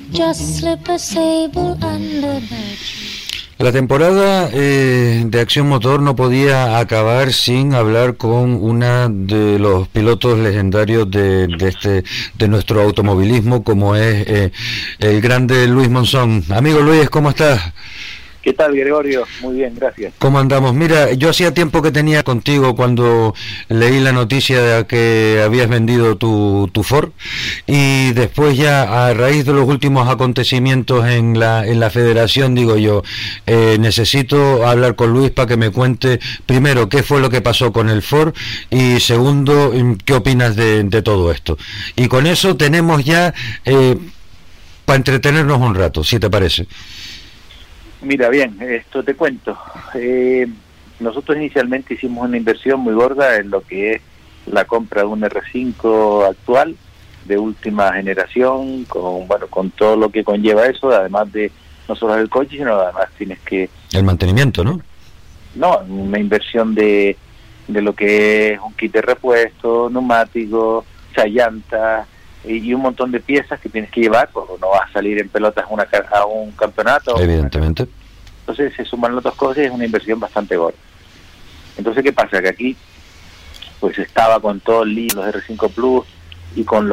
Just slip a sable under the tree. La temporada de Acción Motor no podía acabar sin hablar con una de los pilotos legendarios de nuestro automovilismo, como es el grande Luis Monzón. Amigo Luis, ¿cómo estás? ¿Qué tal, Gregorio? Muy bien, gracias. ¿Cómo andamos? Mira, yo hacía tiempo que tenía contigo cuando leí la noticia de que habías vendido tu Ford, y después ya a raíz de los últimos acontecimientos en la federación, digo yo, necesito hablar con Luis para que me cuente primero qué fue lo que pasó con el Ford y segundo, qué opinas de todo esto. Y con eso tenemos ya para entretenernos un rato, si te parece. Mira, bien, esto te cuento. Nosotros inicialmente hicimos una inversión muy gorda en lo que es la compra de un R5 actual, de última generación, con todo lo que conlleva eso, además de no solo el coche, sino además tienes que... El mantenimiento, ¿no? No, una inversión de lo que es un kit de repuesto, neumáticos, llantas, y un montón de piezas que tienes que llevar, porque no vas a salir en pelotas a un campeonato. Evidentemente. Entonces se suman las dos cosas y es una inversión bastante gorda. Entonces, ¿qué pasa? Que aquí pues estaba con todo el lío, los R5 Plus, y con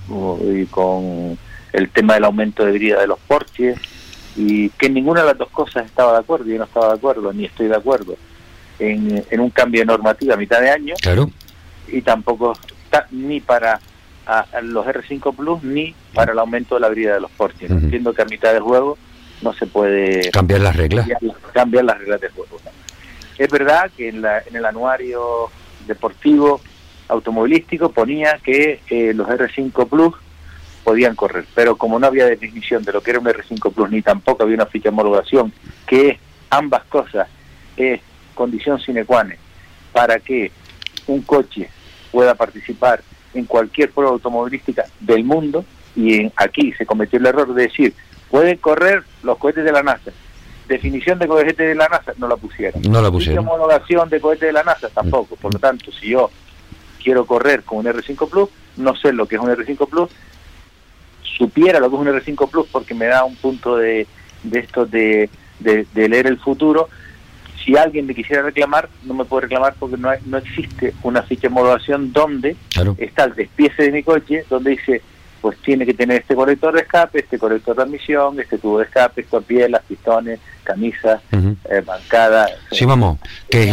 el tema del aumento de vida de los Porsche, y que ninguna de las dos cosas estaba de acuerdo. Yo no estaba de acuerdo, ni estoy de acuerdo en un cambio de normativa a mitad de año. Claro. Y tampoco ni para a los R5 Plus ni para el aumento de la vida de los Porsche. Uh-huh. Entiendo que a mitad del juego no se puede cambiar las reglas. Cambiar las reglas del juego. Es verdad que en el anuario deportivo automovilístico ponía que los R5 Plus podían correr, pero como no había definición de lo que era un R5 Plus, ni tampoco había una ficha de homologación, que es ambas cosas, es condición sine qua non para que un coche pueda participar en cualquier prueba automovilística del mundo, y aquí se cometió el error de decir, pueden correr los cohetes de la NASA. Definición de cohete de la NASA, no la pusieron. No la pusieron. Homologación de cohete de la NASA, tampoco. Por lo tanto, si yo quiero correr con un R5 Plus, no sé lo que es un R5 Plus, supiera lo que es un R5 Plus porque me da un punto de esto de leer el futuro. Si alguien me quisiera reclamar, no me puede reclamar porque no existe una ficha de homologación donde está el despiece de mi coche, donde dice, pues tiene que tener este colector de escape, este colector de admisión, este tubo de escape, escopielas, pistones, camisas, bancada. Sí, vamos, que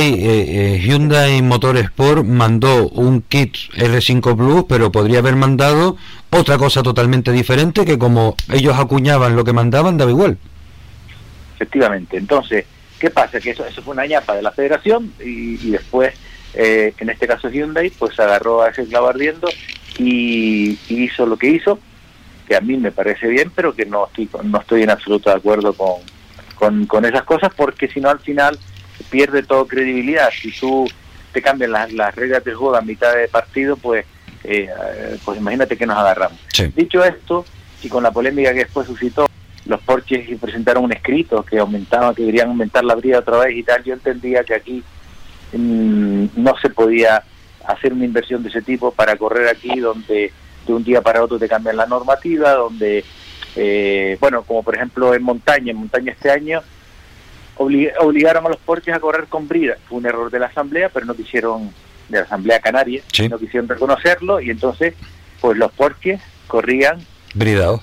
Hyundai Motorsport mandó un kit R5 Plus, pero podría haber mandado otra cosa totalmente diferente, que como ellos acuñaban lo que mandaban, daba igual. Efectivamente, entonces... ¿Qué pasa? Que eso fue una ñapa de la federación y después, en este caso Hyundai, pues agarró a ese clavo ardiendo y hizo lo que hizo, que a mí me parece bien, pero que no estoy en absoluto de acuerdo con esas cosas, porque si no al final pierde todo credibilidad. Si tú te cambian las reglas del juego a mitad de partido, pues imagínate que nos agarramos. Sí. Dicho esto, y con la polémica que después suscitó, los Porsche presentaron un escrito que querían aumentar la brida otra vez y tal. Yo entendía que aquí no se podía hacer una inversión de ese tipo para correr aquí, donde de un día para otro te cambian la normativa, donde como por ejemplo en montaña este año obligaron a los Porsches a correr con brida. Fue un error de la asamblea, pero no quisieron, de la asamblea canaria, sí, no quisieron reconocerlo, y entonces pues los Porsches corrían bridados,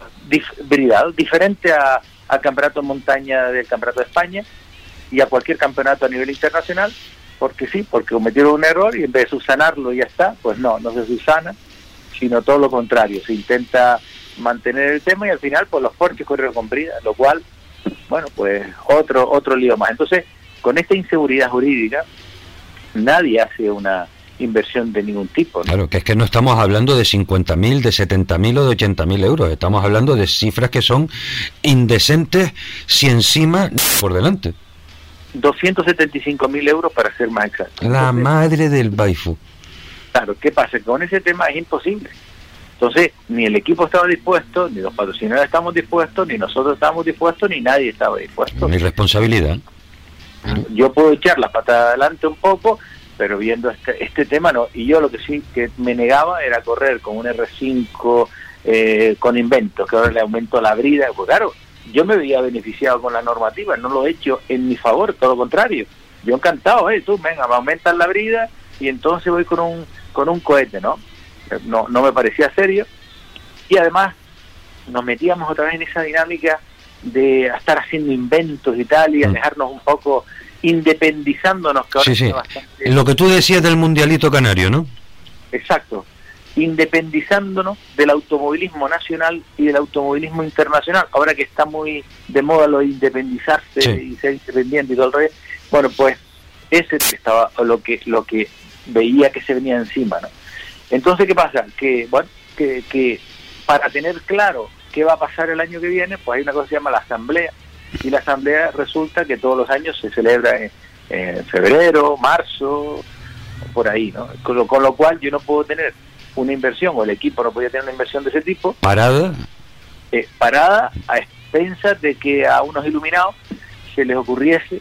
diferente al campeonato de montaña del Campeonato de España y a cualquier campeonato a nivel internacional, porque cometieron un error y en vez de subsanarlo y ya está, pues no se subsana, sino todo lo contrario, se intenta mantener el tema y al final pues los Porsche corrieron con brida, lo cual, pues otro lío más. Entonces, con esta inseguridad jurídica, nadie hace una inversión de ningún tipo, ¿no? Claro, que es que no estamos hablando de 50.000, de 70.000 o de 80.000 euros, estamos hablando de cifras que son indecentes si encima por delante. 275.000 euros para ser más exacto. La madre del Baifu. Claro, ¿qué pasa? Que con ese tema es imposible. Entonces, ni el equipo estaba dispuesto, ni los patrocinadores estábamos dispuestos, ni nosotros estábamos dispuestos, ni nadie estaba dispuesto. Mi responsabilidad. Yo puedo echar la pata adelante un poco, pero viendo este tema no. Y yo lo que sí que me negaba era correr con un R5 con inventos, que ahora le aumento la brida. Pues claro, yo me veía beneficiado con la normativa, no lo he hecho en mi favor, todo lo contrario. Yo encantado, tú, venga, me aumentan la brida y entonces voy con un cohete, ¿no? No me parecía serio. Y además nos metíamos otra vez en esa dinámica de estar haciendo inventos y tal, y alejarnos un poco, independizándonos, que ahora sí. bastante... Lo que tú decías del mundialito canario, ¿no? Exacto, independizándonos del automovilismo nacional y del automovilismo internacional. Ahora que está muy de moda lo de independizarse y ser independiente y todo el resto, bueno, pues ese estaba lo que veía que se venía encima, ¿no? Entonces, ¿qué pasa? Que, bueno, que para tener claro qué va a pasar el año que viene, pues hay una cosa que se llama la asamblea, y la asamblea resulta que todos los años se celebra en febrero, marzo, por ahí, ¿no? Con lo cual yo no puedo tener una inversión, o el equipo no podía tener una inversión de ese tipo parada a expensas de que a unos iluminados se les ocurriese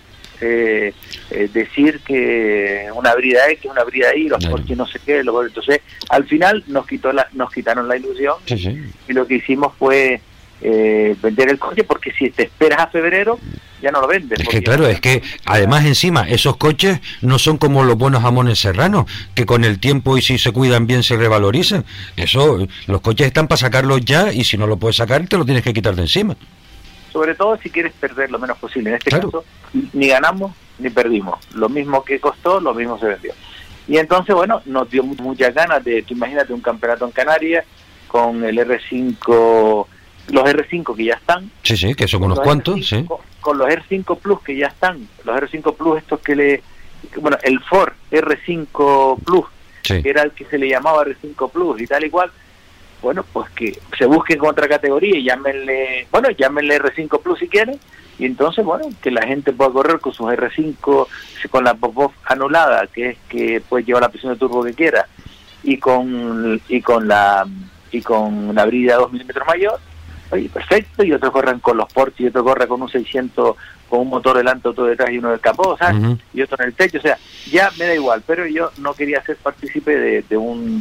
decir que una brida X, una brida Y, los coches no sé qué, entonces al final nos quitaron la ilusión, y lo que hicimos fue vender el coche, porque si te esperas a febrero ya no lo vendes. Es que claro, es que además encima esos coches no son como los buenos jamones serranos, que con el tiempo y si se cuidan bien se revalorizan. Eso, los coches están para sacarlos ya, y si no lo puedes sacar te lo tienes que quitar de encima. Sobre todo si quieres perder lo menos posible. En este caso, ni ganamos ni perdimos. Lo mismo que costó, lo mismo se vendió. Y entonces, bueno, nos dio muchas ganas de, tú imagínate, un campeonato en Canarias con el R5, los R5 que ya están. Sí, que son unos cuantos, R5, con los R5 Plus que ya están. Los R5 Plus estos bueno, el Ford R5 Plus, que era el que se le llamaba R5 Plus y tal y cual. Bueno, pues que se busquen con otra categoría y llámenle R5 Plus si quieren, y entonces, bueno, que la gente pueda correr con sus R5, con la pop-off anulada, que es que puede llevar la presión de turbo que quiera, y con la brida 2 milímetros mayor. Oye, perfecto, y otros corren con los Porsche, y otro corre con un 600, con un motor delante, otro detrás y uno del capó, ¿sabes? Y otro en el techo, o sea, ya me da igual, pero yo no quería ser partícipe de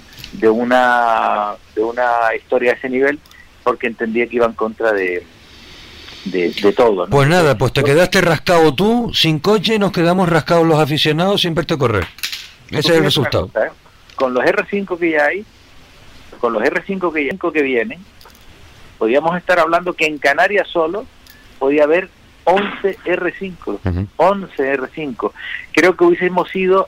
una historia de ese nivel, porque entendía que iba en contra de todo, ¿no? Pues nada, pues te quedaste rascado tú, sin coche, y nos quedamos rascados los aficionados sin verte correr. Ese es el resultado. Cosa, con los R5 que ya hay, con los R5 que vienen, podíamos estar hablando que en Canarias solo podía haber 11 R5, 11 R5. Creo que hubiésemos sido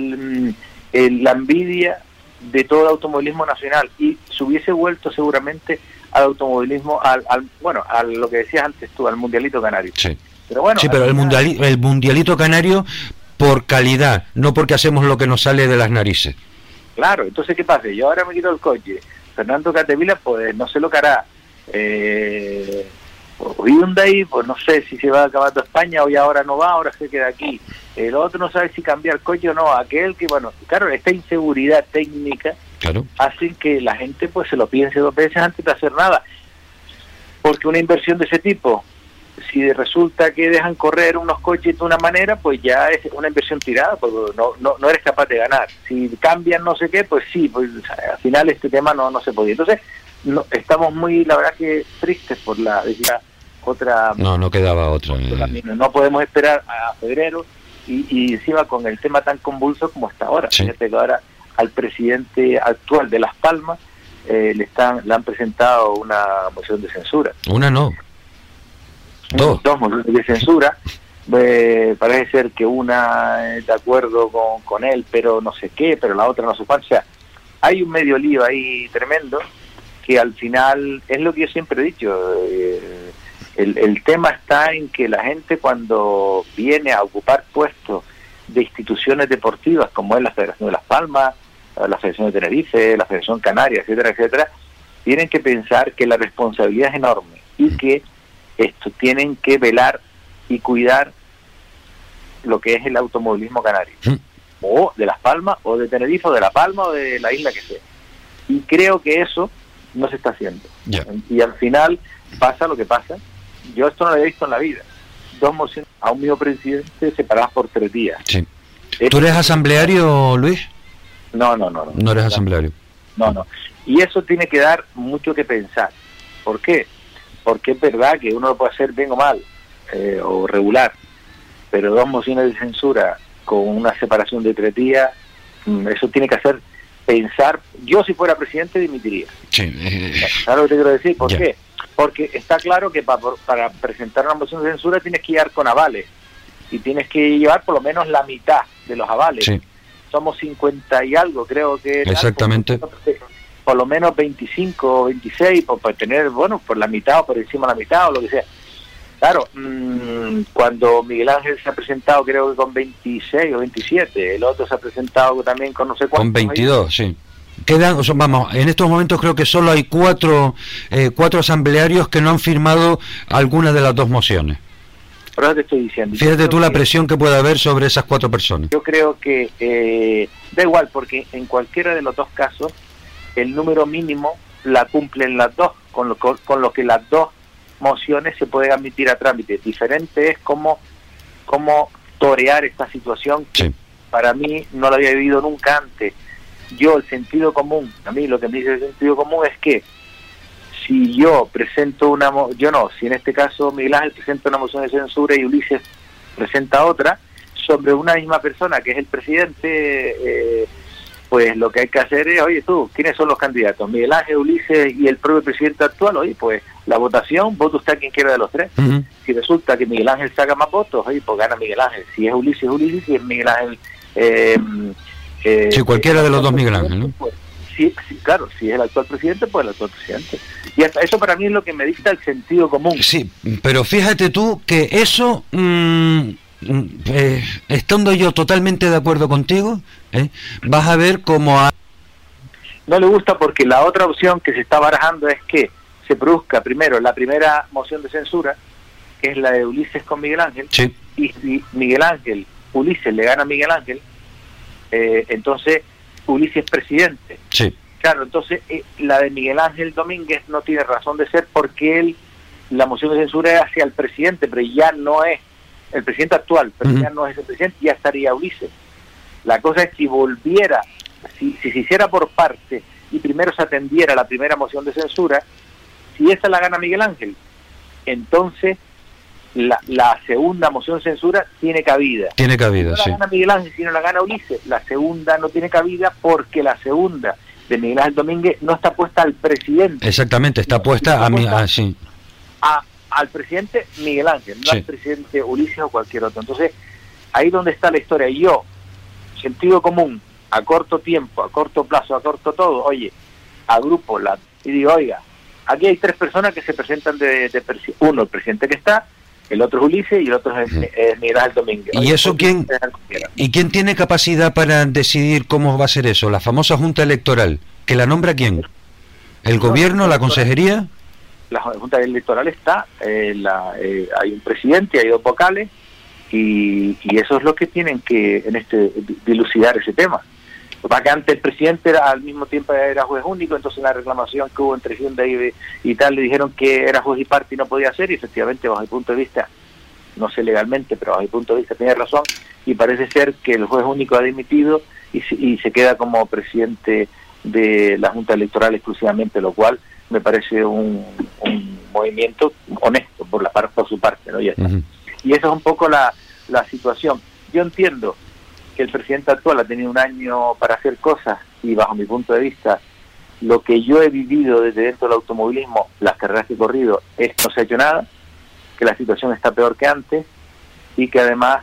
la envidia de todo el automovilismo nacional, y se hubiese vuelto seguramente al automovilismo, a lo que decías antes tú, al mundialito canario. Pero bueno, pero el mundialito canario por calidad, no porque hacemos lo que nos sale de las narices. Claro, entonces ¿qué pasa? Yo ahora me quito el coche, Fernando Capdevila, pues no sé lo que hará. Hyundai, pues no sé si se va acabando a España, o ya ahora no va, ahora se queda aquí. El otro no sabe si cambiar coche o no. Aquel que, bueno, claro, esta inseguridad técnica hace que la gente pues se lo piense dos veces antes de hacer nada, porque una inversión de ese tipo, si resulta que dejan correr unos coches de una manera, pues ya es una inversión tirada, porque no eres capaz de ganar. Si cambian no sé qué, pues sí, pues al final este tema no se podía. Entonces estamos muy, la verdad, que tristes por la otra. No quedaba otra. No podemos esperar a febrero, y encima con el tema tan convulso como está ahora. Fíjate que ahora al presidente actual de Las Palmas le han presentado una moción de censura. Una no. Dos mociones de censura. Parece ser que una de acuerdo con él, pero no sé qué, pero la otra no sé cuánto. O sea, hay un medio lío ahí tremendo, que al final es lo que yo siempre he dicho. El tema está en que la gente, cuando viene a ocupar puestos de instituciones deportivas como es la Federación de Las Palmas, la Federación de Tenerife, la Federación Canaria, etcétera, etcétera, tienen que pensar que la responsabilidad es enorme, y que tienen que velar y cuidar lo que es el automovilismo canario, o de Las Palmas, o de Tenerife, o de La Palma, o de la isla que sea. Y creo que eso no se está haciendo. Y al final pasa lo que pasa. Yo esto no lo había visto en la vida. Dos mociones a un mismo presidente separadas por 3 días. ¿Tú eres asambleario, Luis? No. ¿No eres asambleario? no. Y eso tiene que dar mucho que pensar. ¿Por qué? Porque es verdad que uno lo puede hacer bien o mal, o regular, pero 2 mociones de censura con una separación de 3 días, eso tiene que hacer pensar. Yo, si fuera presidente, dimitiría. Sí. ¿Sabes lo que te quiero decir? ¿Por Ya. qué? Porque está claro que para presentar una moción de censura tienes que llevar con avales, y tienes que llevar por lo menos la mitad de los avales. Sí. Somos 50 y algo, creo que... Exactamente. Por lo menos 25 o 26, por tener, bueno, por la mitad o por encima de la mitad o lo que sea. Claro, cuando Miguel Ángel se ha presentado, creo que con 26 o 27, el otro se ha presentado también con no sé cuántos. Con 22, sí. Quedan, vamos, en estos momentos creo que solo hay 4 asamblearios que no han firmado alguna de las 2 mociones. Por eso te estoy diciendo. Fíjate tú la presión que puede haber sobre esas 4 personas. Yo creo que da igual, porque en cualquiera de los 2 casos, el número mínimo la cumplen las 2, con lo que las 2 mociones se pueden admitir a trámite. Diferente es cómo torear esta situación que Sí. para mí no la había vivido nunca antes. Yo, el sentido común, a mí lo que me dice el sentido común es que si yo presento si en este caso Miguel Ángel presenta una moción de censura y Ulises presenta otra sobre una misma persona que es el presidente, pues lo que hay que hacer es, oye tú, ¿quiénes son los candidatos? Miguel Ángel, Ulises y el propio presidente actual. Oye, pues la votación, voto usted a quien quiera de los 3. Uh-huh. Si resulta que Miguel Ángel saca más votos, oye, pues gana Miguel Ángel. Si es Ulises, si es Miguel Ángel... sí, cualquiera de los 2 Miguel Ángel, ¿no? Pues, sí, claro, si es el actual presidente, pues el actual presidente. Y hasta eso para mí es lo que me dicta el sentido común. Sí, pero fíjate tú que eso, estando yo totalmente de acuerdo contigo, vas a ver cómo... No le gusta porque la otra opción que se está barajando es que se produzca primero la primera moción de censura, que es la de Ulises con Miguel Ángel, Sí. y si Ulises le gana a Miguel Ángel, entonces Ulises es presidente. Sí. Claro, entonces la de Miguel Ángel Domínguez no tiene razón de ser porque la moción de censura es hacia el presidente, pero ya no es el presidente actual, pero Uh-huh. ya no es el presidente, ya estaría Ulises. La cosa es si volviera, si se hiciera por parte y primero se atendiera la primera moción de censura, si esa la gana Miguel Ángel, entonces la segunda moción de censura tiene cabida. Tiene cabida, Si no sí. la gana Miguel Ángel, si no la gana Ulises, la segunda no tiene cabida porque la segunda de Miguel Ángel Domínguez no está puesta al presidente. Exactamente, está puesta a mí, sí. Al presidente Miguel Ángel, no Sí. al presidente Ulises o cualquier otro. Entonces, ahí donde está la historia. Y yo, sentido común, a corto tiempo, a corto plazo, a corto todo, oye, agrupo y digo, oiga, aquí hay 3 personas que se presentan uno, el presidente que está, el otro es Ulises y el otro es Miguel Ángel Domínguez. ¿Y Oye, eso quién? ¿Y quién tiene capacidad para decidir cómo va a ser eso? La famosa Junta Electoral, ¿que la nombra quién? ¿El gobierno, la consejería? La Junta Electoral está, hay un presidente, hay 2 vocales, y eso es lo que tienen que dilucidar ese tema. Para que antes el presidente al mismo tiempo era juez único, entonces la reclamación que hubo entre Hyundai y tal, le dijeron que era juez y parte y no podía ser, y efectivamente bajo mi punto de vista, no sé legalmente, pero bajo mi punto de vista tenía razón, y parece ser que el juez único ha dimitido y se queda como presidente de la Junta Electoral exclusivamente, lo cual me parece un movimiento honesto por su parte, ¿no? Ya está. Uh-huh. Y esa es un poco la situación. Yo entiendo que el presidente actual ha tenido un año para hacer cosas y bajo mi punto de vista lo que yo he vivido desde dentro del automovilismo, las carreras que he corrido, no se ha hecho nada, que la situación está peor que antes y que además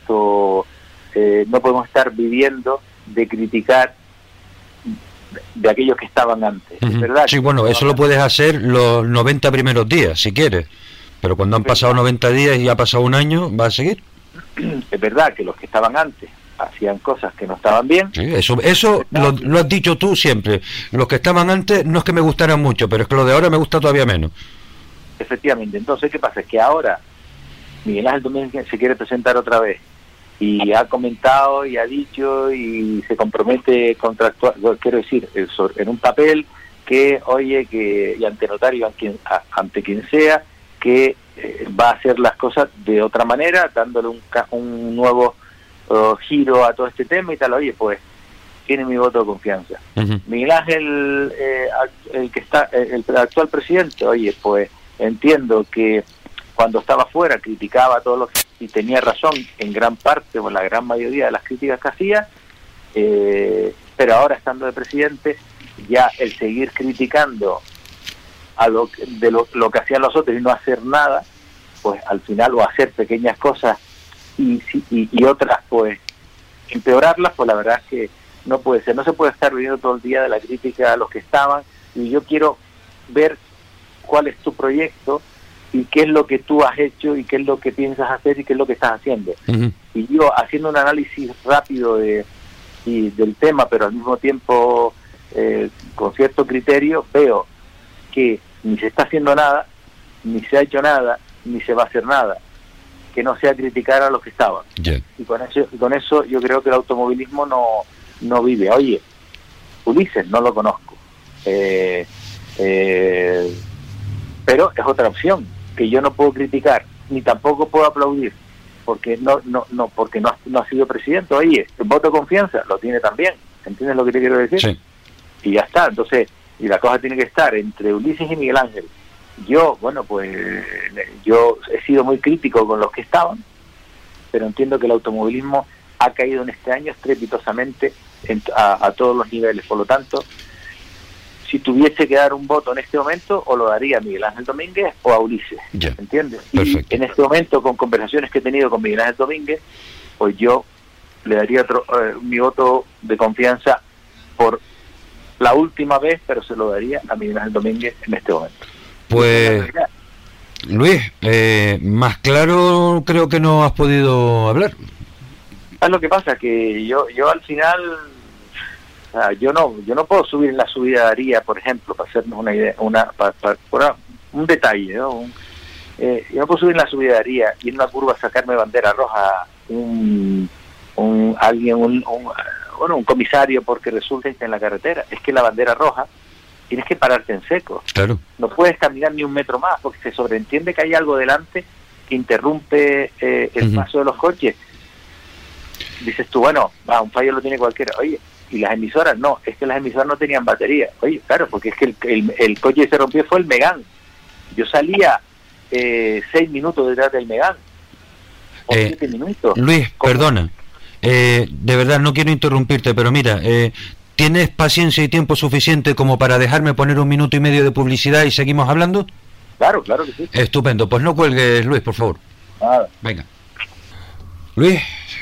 no podemos estar viviendo de criticar de aquellos que estaban antes. Uh-huh. ¿Verdad? Sí, bueno, eso lo puedes hacer los 90 primeros días, si quieres, pero cuando han pasado 90 días y ha pasado un año, ¿va a seguir? Es verdad que los que estaban antes hacían cosas que no estaban bien. Sí, eso lo has dicho tú siempre. Los que estaban antes no es que me gustaran mucho, pero es que lo de ahora me gusta todavía menos. Efectivamente. Entonces, ¿qué pasa? Es que ahora Miguel Ángel Domínguez se quiere presentar otra vez y ha comentado y ha dicho y se compromete contractual, quiero decir, en un papel que, oye, y ante notario, ante quien sea, que va a hacer las cosas de otra manera, dándole un nuevo giro a todo este tema y tal. Oye, pues tiene mi voto de confianza. Ujú. Miguel Ángel, el que está, el actual presidente, oye, pues entiendo que cuando estaba fuera criticaba a todos los, y tenía razón en gran parte o en la gran mayoría de las críticas que hacía, pero ahora estando de presidente, ya el seguir criticando a lo que hacían los otros y no hacer nada, pues al final, o hacer pequeñas cosas y otras pues empeorarlas, pues la verdad es que no puede ser, no se puede estar viviendo todo el día de la crítica a los que estaban, y yo quiero ver cuál es tu proyecto y qué es lo que tú has hecho y qué es lo que piensas hacer y qué es lo que estás haciendo. Ujú. Y yo, haciendo un análisis rápido del tema, pero al mismo tiempo con cierto criterio, veo que ni se está haciendo nada, ni se ha hecho nada, ni se va a hacer nada que no sea criticar a los que estaban. Yeah. Y con eso yo creo que el automovilismo no vive. Oye, Ulises no lo conozco, pero es otra opción que yo no puedo criticar ni tampoco puedo aplaudir, porque porque no ha sido presidente. Oye, el voto de confianza lo tiene también, ¿entiendes lo que te quiero decir? Sí. Y ya está. Entonces, y la cosa tiene que estar entre Ulises y Miguel Ángel. Yo, bueno, pues yo he sido muy crítico con los que estaban, pero entiendo que el automovilismo ha caído en este año estrepitosamente a todos los niveles. Por lo tanto, si tuviese que dar un voto en este momento, o lo daría a Miguel Ángel Domínguez o a Ulises, Ya. ¿entiendes? Perfecto. Y en este momento, con conversaciones que he tenido con Miguel Ángel Domínguez, pues yo le daría mi voto de confianza por la última vez, pero se lo daría a Miguel Ángel Domínguez en este momento. Pues, Luis, más claro creo que no has podido hablar. ¿Sabes lo que pasa? Que yo al final, o sea, yo no puedo subir en la subida de Aría, por ejemplo, para hacernos una idea, un detalle, ¿no? Yo no puedo subir en la subida de Aría y en una curva sacarme bandera roja un comisario porque resulta que está en la carretera. Es que la bandera roja tienes que pararte en seco. Claro. No puedes caminar ni un metro más porque se sobreentiende que hay algo delante que interrumpe el paso de los coches. Dices tú, bueno, un fallo lo tiene cualquiera. Oye, y las emisoras, no, es que las emisoras no tenían batería. Oye, claro, porque es que el coche que se rompió fue el Megane. Yo salía 6 minutos detrás del Megane. O 7 minutos. Luis, perdona. De verdad, no quiero interrumpirte, pero mira, ¿tienes paciencia y tiempo suficiente como para dejarme poner 1 minuto y medio de publicidad y seguimos hablando? Claro que sí. Estupendo, pues no cuelgues, Luis, por favor. Nada. Venga. Luis,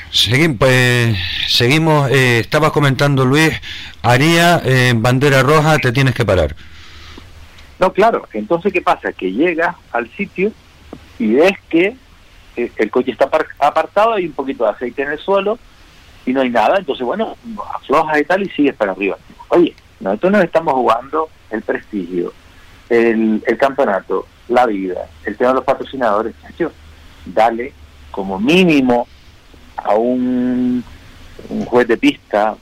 seguimos, estabas comentando, Luis, Aría, bandera roja, te tienes que parar. No, claro, entonces ¿qué pasa? Que llegas al sitio y ves que el coche está apartado, hay un poquito de aceite en el suelo y no hay nada, entonces bueno, aflojas y tal y sigues para arriba. Oye, nosotros nos estamos jugando el prestigio, el campeonato, la vida, el tema de los patrocinadores. Dale como mínimo a un juez de pista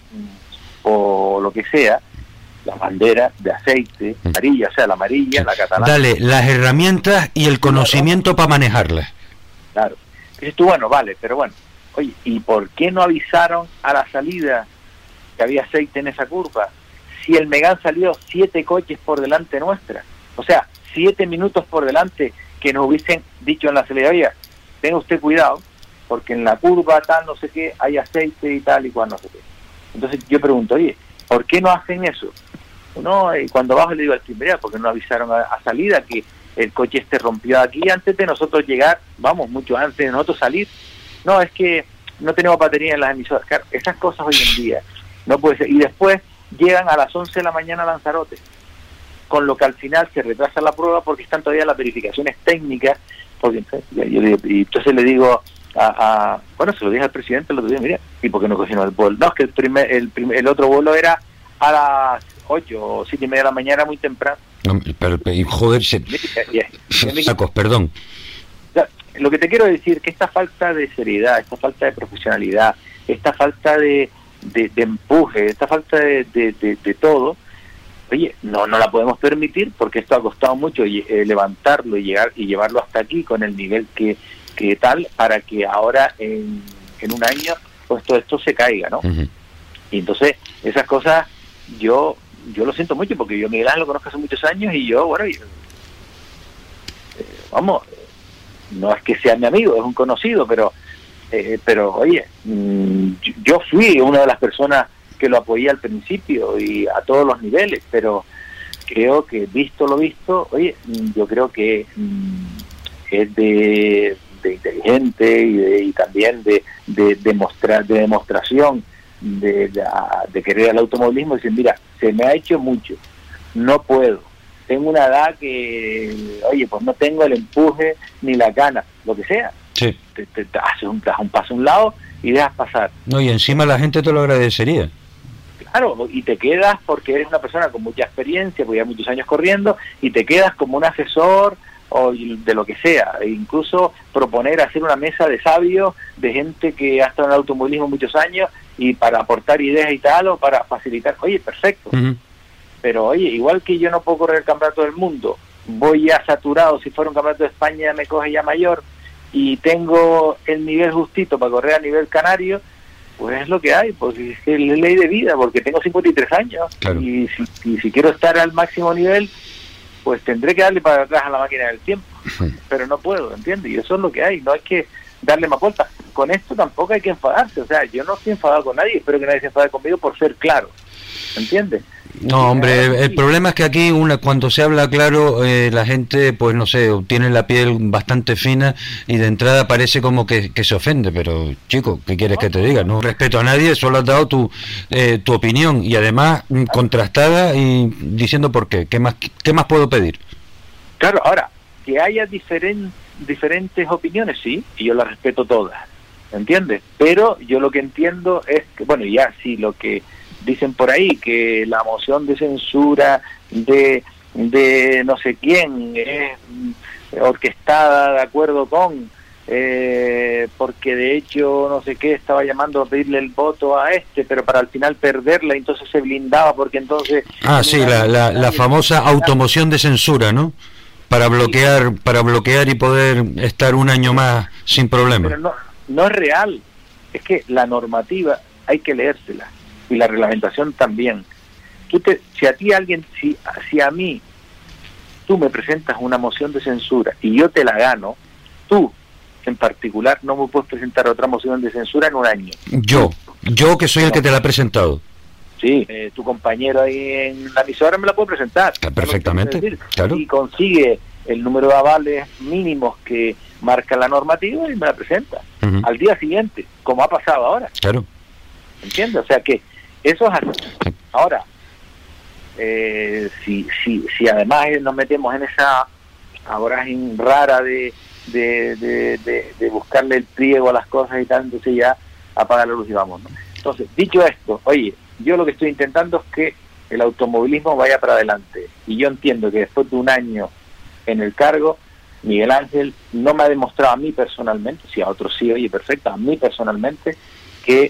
o lo que sea, la bandera de aceite, amarilla, o sea, la amarilla, la catalana. Dale las herramientas y el conocimiento para manejarlas. Claro. Dices tú, bueno, vale, pero bueno, oye, ¿y por qué no avisaron a la salida que había aceite en esa curva? Si el Megane salió 7 coches por delante nuestra, o sea, 7 minutos por delante, que nos hubiesen dicho en la salida, oye, tenga usted cuidado, porque en la curva tal, no sé qué, hay aceite y tal y cual, no sé qué. Entonces yo pregunto, oye, ¿por qué no hacen eso? No, y cuando bajo le digo al timbre, porque no avisaron a salida que el coche este rompió aquí antes de nosotros llegar, vamos, mucho antes de nosotros salir. No, es que no tenemos batería en las emisoras. Claro, esas cosas hoy en día no puede ser. Y después llegan a las 11 de la mañana a Lanzarote, con lo que al final se retrasa la prueba porque están todavía las verificaciones técnicas. Porque y entonces le digo bueno, se lo dije al presidente, el otro día, mira, ¿y por qué no cogieron el vuelo? No, es que el otro vuelo era a las 8 o 7 y media de la mañana, muy temprano. No, pero joder, sacos, perdón. Lo que te quiero decir que esta falta de seriedad, esta falta de profesionalidad, esta falta de empuje, esta falta de todo, oye, no la podemos permitir porque esto ha costado mucho levantarlo y llevarlo hasta aquí con el nivel que tal, para que ahora en un año pues todo esto se caiga, ¿no? Y entonces, esas cosas, yo lo siento mucho, porque yo a Miguel Ángel lo conozco hace muchos años, y yo, bueno, vamos, no es que sea mi amigo, es un conocido, pero oye, yo fui una de las personas que lo apoyé al principio y a todos los niveles, pero creo que, visto lo visto, oye, yo creo que es de inteligente y también de demostración de querer al automovilismo, decir, mira, se me ha hecho mucho, no puedo, tengo una edad que, oye, pues no tengo el empuje ni la gana, lo que sea. Sí. Te haces un paso a un lado y dejas pasar. No, y encima la gente te lo agradecería. Claro, y te quedas porque eres una persona con mucha experiencia, porque ya muchos años corriendo, y te quedas como un asesor o de lo que sea, e incluso proponer hacer una mesa de sabios, de gente que ha estado en el automovilismo muchos años, y para aportar ideas y tal, o para facilitar, oye, perfecto. Uh-huh. Pero oye, igual que yo no puedo correr el campeonato del mundo, voy ya saturado, si fuera un campeonato de España me coge ya mayor, y tengo el nivel justito para correr a nivel canario, pues es lo que hay, pues es que es ley de vida, porque tengo 53 años, claro. y si quiero estar al máximo nivel, pues tendré que darle para atrás a la máquina del tiempo, pero no puedo, ¿entiendes? Y eso es lo que hay, no hay que darle más vuelta. Con esto tampoco hay que enfadarse, o sea, yo no estoy enfadado con nadie, espero que nadie se enfade conmigo por ser claro, ¿entiendes? No, hombre, el problema es que aquí cuando se habla claro, la gente, pues no sé, tiene la piel bastante fina y de entrada parece como que se ofende, pero chico, ¿qué quieres que te diga? No respeto a nadie, solo has dado tu opinión, y además contrastada y diciendo por qué. ¿Qué más puedo pedir? Claro, ahora, que haya diferentes opiniones, sí, y yo las respeto todas, ¿entiendes? Pero yo lo que entiendo es que, bueno, ya sí, lo que dicen por ahí, que la moción de censura de no sé quién es orquestada de acuerdo con, porque de hecho no sé qué estaba llamando a pedirle el voto a pero para al final perderla, entonces se blindaba, porque entonces... Sí, la famosa automoción de censura, ¿no? Para bloquear y poder estar un año más sin problema. Pero no es real, es que la normativa hay que leérsela, y la reglamentación también. Si a mí tú me presentas una moción de censura y yo te la gano, tú en particular no me puedes presentar otra moción de censura en un año. Yo que soy el que te la ha presentado. Sí, tu compañero ahí en la emisora me la puede presentar. Perfectamente, claro. Y consigue el número de avales mínimos que marca la normativa y me la presenta. Uh-huh. Al día siguiente, como ha pasado ahora. Claro. ¿Entiendes? O sea que eso es así. Ahora, si además nos metemos en esa vorágine rara de buscarle el pliego a las cosas y tal, entonces ya apaga la luz y vamos, ¿no? Entonces, dicho esto, oye, yo lo que estoy intentando es que el automovilismo vaya para adelante, y yo entiendo que después de un año en el cargo, Miguel Ángel no me ha demostrado a mí personalmente, si a otros sí, oye, perfecto, a mí personalmente, que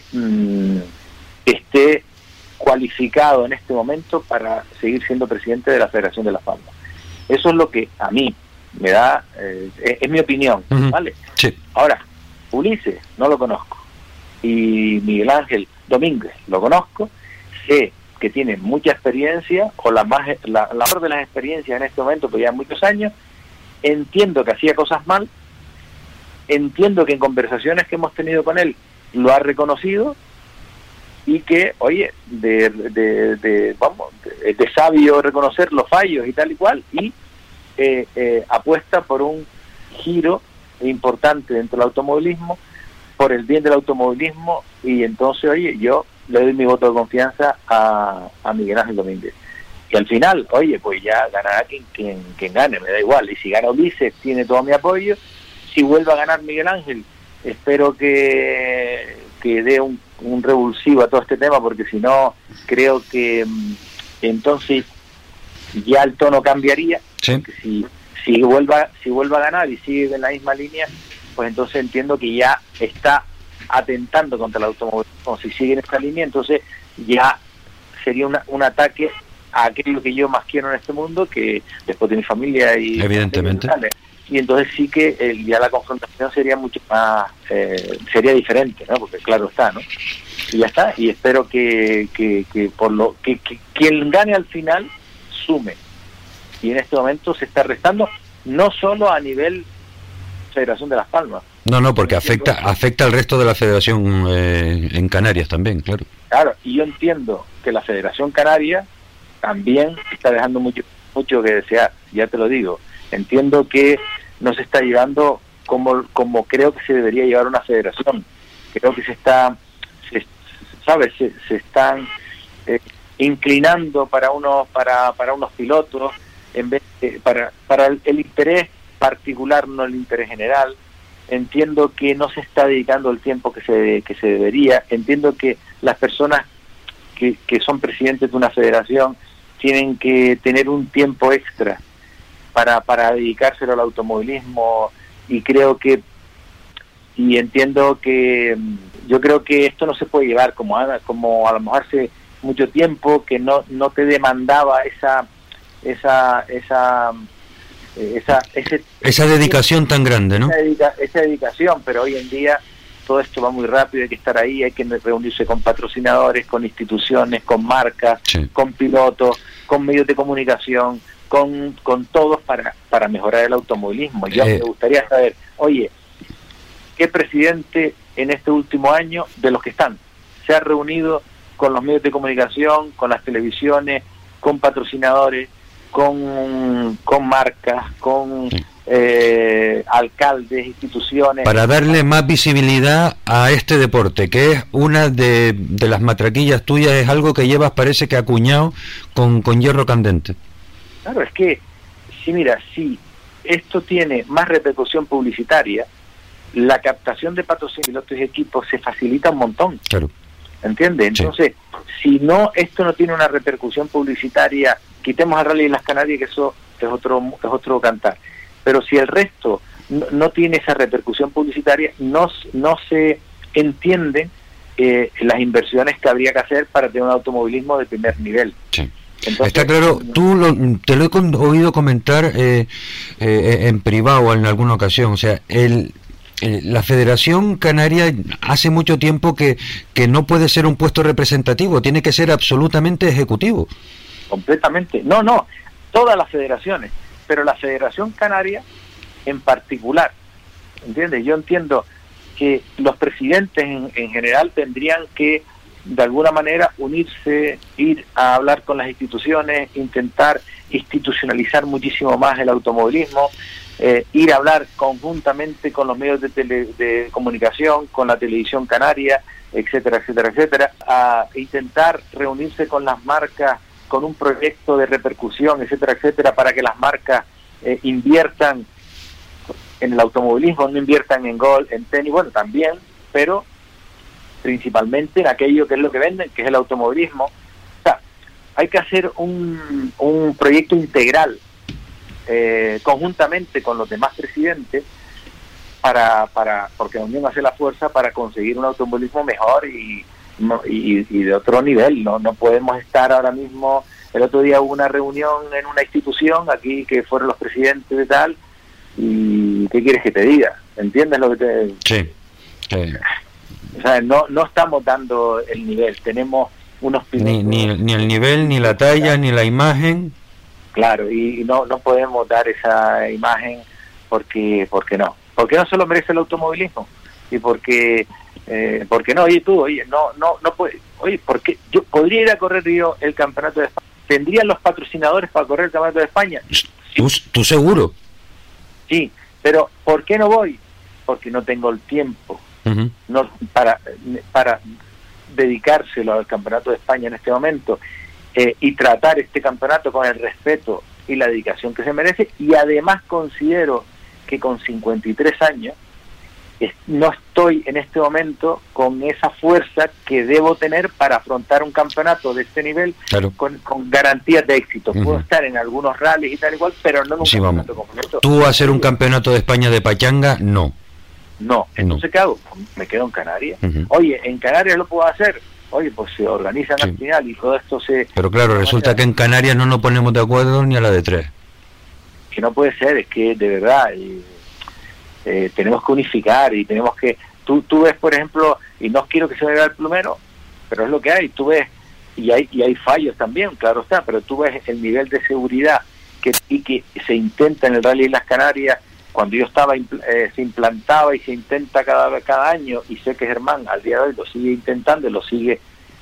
esté cualificado en este momento para seguir siendo presidente de la Federación de Las Palmas. Eso es lo que a mí me da, es mi opinión, uh-huh. ¿Vale? Sí. Ahora, Ulises no lo conozco, y Miguel Ángel Domínguez lo conozco, sé que tiene mucha experiencia, o la mayor de las experiencias en este momento, pues ya muchos años. Entiendo que hacía cosas mal, entiendo que en conversaciones que hemos tenido con él lo ha reconocido, y que, oye, de sabio reconocer los fallos y tal y cual, y apuesta por un giro importante dentro del automovilismo, por el bien del automovilismo, y entonces, oye, yo le doy mi voto de confianza a Miguel Ángel Domínguez. Y al final, oye, pues ya ganará quien gane, me da igual. Y si gana Ulises, tiene todo mi apoyo. Si vuelve a ganar Miguel Ángel, espero que dé un revulsivo a todo este tema, porque si no, creo que entonces ya el tono cambiaría. Sí. Si vuelva a ganar y sigue en la misma línea, pues entonces entiendo que ya está atentando contra el automovilismo. Si sigue en esta línea, entonces ya sería un ataque a aquello que yo más quiero en este mundo, que después de mi familia y... Evidentemente. Y entonces sí que ya la confrontación sería mucho más... sería diferente, ¿no? Porque claro está, ¿no? y ya está, y espero que quien gane al final sume, y en este momento se está restando no solo a nivel Federación de Las Palmas. No, porque afecta al resto de la federación en Canarias también, claro. Claro, y yo entiendo que la Federación Canaria también está dejando mucho que desear, ya te lo digo. Entiendo que no se está llevando como creo que se debería llevar una federación. Creo que se están inclinando para unos pilotos en vez de, para el interés particular, no el interés general. Entiendo que no se está dedicando el tiempo que se debería. Entiendo que las personas que son presidentes de una federación tienen que tener un tiempo extra para dedicárselo al automovilismo, y entiendo que yo creo que esto no se puede llevar como a lo mejor hace mucho tiempo, que no te demandaba esa dedicación tan grande, ¿no? Esa dedicación, pero hoy en día todo esto va muy rápido, hay que estar ahí, hay que reunirse con patrocinadores, con instituciones, con marcas, sí, con pilotos, con medios de comunicación, con todos para mejorar el automovilismo. Yo me gustaría saber, oye, ¿qué presidente en este último año de los que están se ha reunido con los medios de comunicación, con las televisiones, con patrocinadores, con marcas, con alcaldes, instituciones, para darle más visibilidad a este deporte, que es una de las matraquillas tuyas, es algo que llevas, parece que acuñado con hierro candente? Claro, es que si esto tiene más repercusión publicitaria, la captación de patrocinios, pilotos y equipos se facilita un montón. Claro. ¿Entiendes? Entonces, sí, si esto no tiene una repercusión publicitaria, quitemos al Rally de las Canarias, que eso es otro cantar. Pero si el resto no tiene esa repercusión publicitaria, no se entienden las inversiones que habría que hacer para tener un automovilismo de primer nivel. Sí. Entonces, está claro, te lo he oído comentar en privado en alguna ocasión, o sea, la Federación Canaria hace mucho tiempo que no puede ser un puesto representativo, tiene que ser absolutamente ejecutivo. Completamente, no, todas las federaciones, pero la Federación Canaria en particular, ¿entiendes? Yo entiendo que los presidentes en general tendrían que de alguna manera unirse, ir a hablar con las instituciones, intentar institucionalizar muchísimo más el automovilismo, ir a hablar conjuntamente con los medios de comunicación, con la televisión canaria, etcétera, etcétera, etcétera, a intentar reunirse con las marcas con un proyecto de repercusión, etcétera, etcétera, para que las marcas inviertan en el automovilismo, no inviertan en golf, en tenis, bueno, también, pero principalmente en aquello que es lo que venden, que es el automovilismo. O sea, hay que hacer un proyecto integral conjuntamente con los demás presidentes porque la unión hace la fuerza para conseguir un automovilismo mejor y de otro nivel. No podemos estar ahora mismo. El otro día hubo una reunión en una institución aquí que fueron los presidentes de tal, y ¿qué quieres que te diga? ¿Entiendes lo que te...? Sí. O sea, no estamos dando el nivel, tenemos unos pilotos... Ni el nivel, ni la talla, ni la imagen. Claro, y no podemos dar esa imagen porque no se lo merece el automovilismo, y porque no, no puede, porque yo podría ir a correr yo el campeonato de España, ¿tendrían los patrocinadores para correr el campeonato de España? ¿Tú seguro? Sí, pero ¿por qué no voy? Porque no tengo el tiempo. Uh-huh. No para dedicárselo al campeonato de España en este momento, y tratar este campeonato con el respeto y la dedicación que se merece. Y además considero que con 53 años no estoy en este momento con esa fuerza que debo tener para afrontar un campeonato de este nivel. Claro. con garantías de éxito. Uh-huh. Puedo estar en algunos rallies y tal igual, pero no en un campeonato completo. ¿Tú hacer un campeonato de España de pachanga? No. No, entonces ¿qué hago? Me quedo en Canarias. Uh-huh. Oye, en Canarias lo puedo hacer. Oye, pues se organizan al final y todo esto se... Pero claro, resulta que en Canarias no nos ponemos de acuerdo ni a la de 3. Que no puede ser, es que de verdad tenemos que unificar y tenemos que... Tú ves, por ejemplo, y no quiero que se me vea el plumero, pero es lo que hay. Tú ves, y hay fallos también, claro está, pero tú ves el nivel de seguridad que se intenta en el Rally de las Canarias. Cuando yo estaba, se implantaba y se intenta cada año, y sé que Germán al día de hoy lo sigue intentando, lo sigue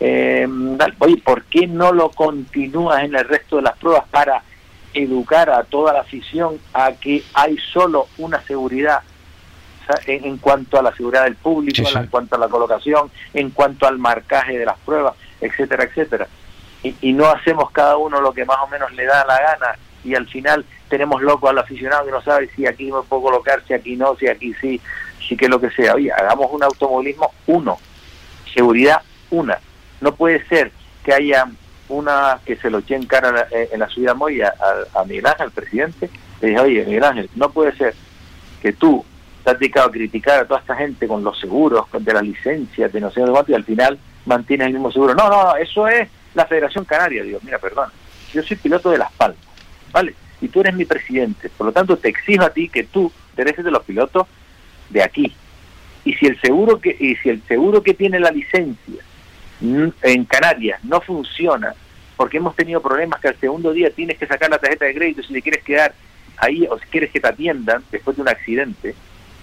oye, ¿por qué no lo continúas en el resto de las pruebas para educar a toda la afición a que hay solo una seguridad, o sea, en cuanto a la seguridad del público, sí. En cuanto a la colocación, en cuanto al marcaje de las pruebas, etcétera, etcétera? Y no hacemos cada uno lo que más o menos le da la gana, y al final tenemos loco al aficionado que no sabe si aquí me puedo colocar, si aquí no, si aquí sí, si que lo que sea. Oye, hagamos un automovilismo uno, seguridad una. No puede ser que haya una que se lo eche en cara en la ciudad Moya a Miguel Ángel, al presidente. Le dije, oye, Miguel Ángel, no puede ser que tú te has dedicado a criticar a toda esta gente con los seguros, de las licencias, de no sé de cuánto, y al final mantienes el mismo seguro. No, eso es la Federación Canaria. Digo, mira, perdón, yo soy piloto de Las Palmas, ¿vale? Y tú eres mi presidente, por lo tanto te exijo a ti que tú te eres de los pilotos de aquí. Y si el seguro que tiene la licencia en Canarias no funciona, porque hemos tenido problemas que al segundo día tienes que sacar la tarjeta de crédito si te quieres quedar ahí o si quieres que te atiendan después de un accidente,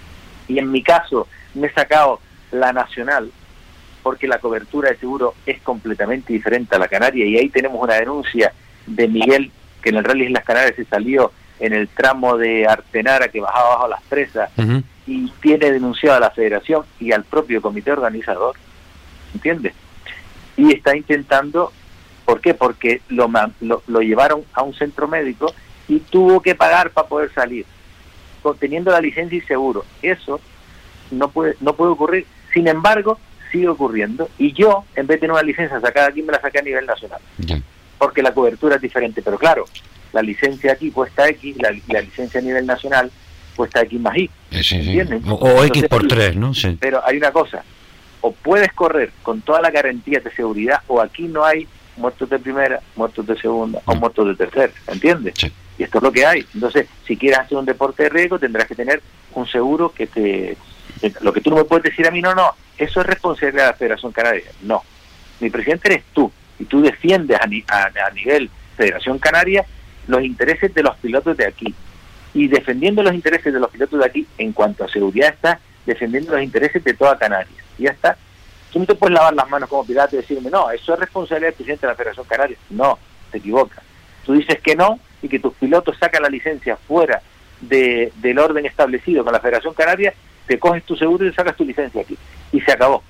y en mi caso me he sacado la nacional porque la cobertura de seguro es completamente diferente a la canaria, y ahí tenemos una denuncia de Miguel, que en el Rally de las Canarias se salió en el tramo de Artenara que bajaba abajo las presas, y tiene denunciado a la federación y al propio comité organizador, ¿entiendes? Y está intentando, ¿por qué? Porque lo llevaron a un centro médico y tuvo que pagar para poder salir, teniendo la licencia y seguro. Eso no puede ocurrir. Sin embargo, sigue ocurriendo, y yo, en vez de tener una licencia sacada aquí, me la saqué a nivel nacional, porque la cobertura es diferente. Pero claro, la licencia aquí cuesta X, la licencia a nivel nacional cuesta X más Y, ¿entiendes? O X por 3, ¿no? Sí. Pero hay una cosa, o puedes correr con todas las garantías de seguridad, o aquí no hay muertos de primera, muertos de segunda o muertos de tercera, ¿entiendes? Sí. Y esto es lo que hay. Entonces, si quieres hacer un deporte de riesgo, tendrás que tener un seguro que lo que tú no me puedes decir a mí, no, eso es responsabilidad de la Federación Canaria. No, mi presidente eres tú, y tú defiendes a nivel Federación Canaria los intereses de los pilotos de aquí, y defendiendo los intereses de los pilotos de aquí en cuanto a seguridad estás defendiendo los intereses de toda Canarias, y ya está. Tú no te puedes lavar las manos como piloto y decirme, no, eso es responsabilidad del presidente de la Federación Canaria. No, te equivocas. Tú dices que no, y que tus pilotos sacan la licencia fuera del orden establecido con la Federación Canaria, te coges tu seguro y sacas tu licencia aquí, y se acabó.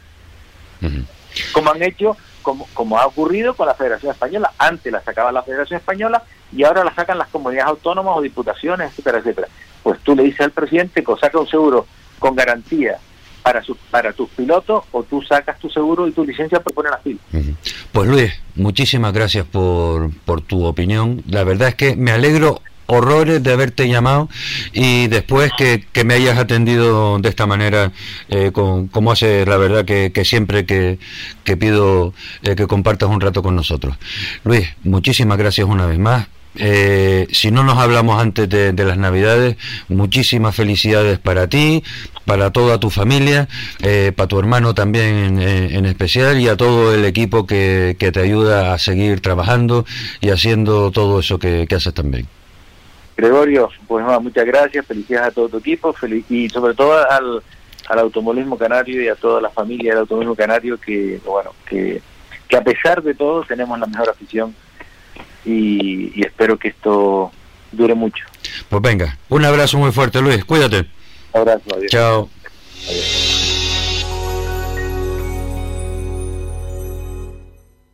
Como han hecho, como ha ocurrido con la Federación Española. Antes la sacaba la Federación Española y ahora la sacan las comunidades autónomas o diputaciones, etcétera, etcétera. Pues tú le dices al presidente que saca un seguro con garantía para tus pilotos, o tú sacas tu seguro y tu licencia para poner las pilas. Pues Luis, muchísimas gracias por tu opinión. La verdad es que me alegro horrores de haberte llamado, y después que me hayas atendido de esta manera, como hace, la verdad que siempre que pido que compartas un rato con nosotros. Luis, muchísimas gracias una vez más. Si no nos hablamos antes de las Navidades, muchísimas felicidades para ti, para toda tu familia, para tu hermano también en especial, y a todo el equipo que te ayuda a seguir trabajando y haciendo todo eso que haces también. Gregorio, pues muchas gracias, felicidades a todo tu equipo, y sobre todo al automovilismo canario y a toda la familia del automovilismo canario, que a pesar de todo tenemos la mejor afición, y espero que esto dure mucho. Pues venga, un abrazo muy fuerte, Luis, cuídate. Un abrazo, adiós. Chao.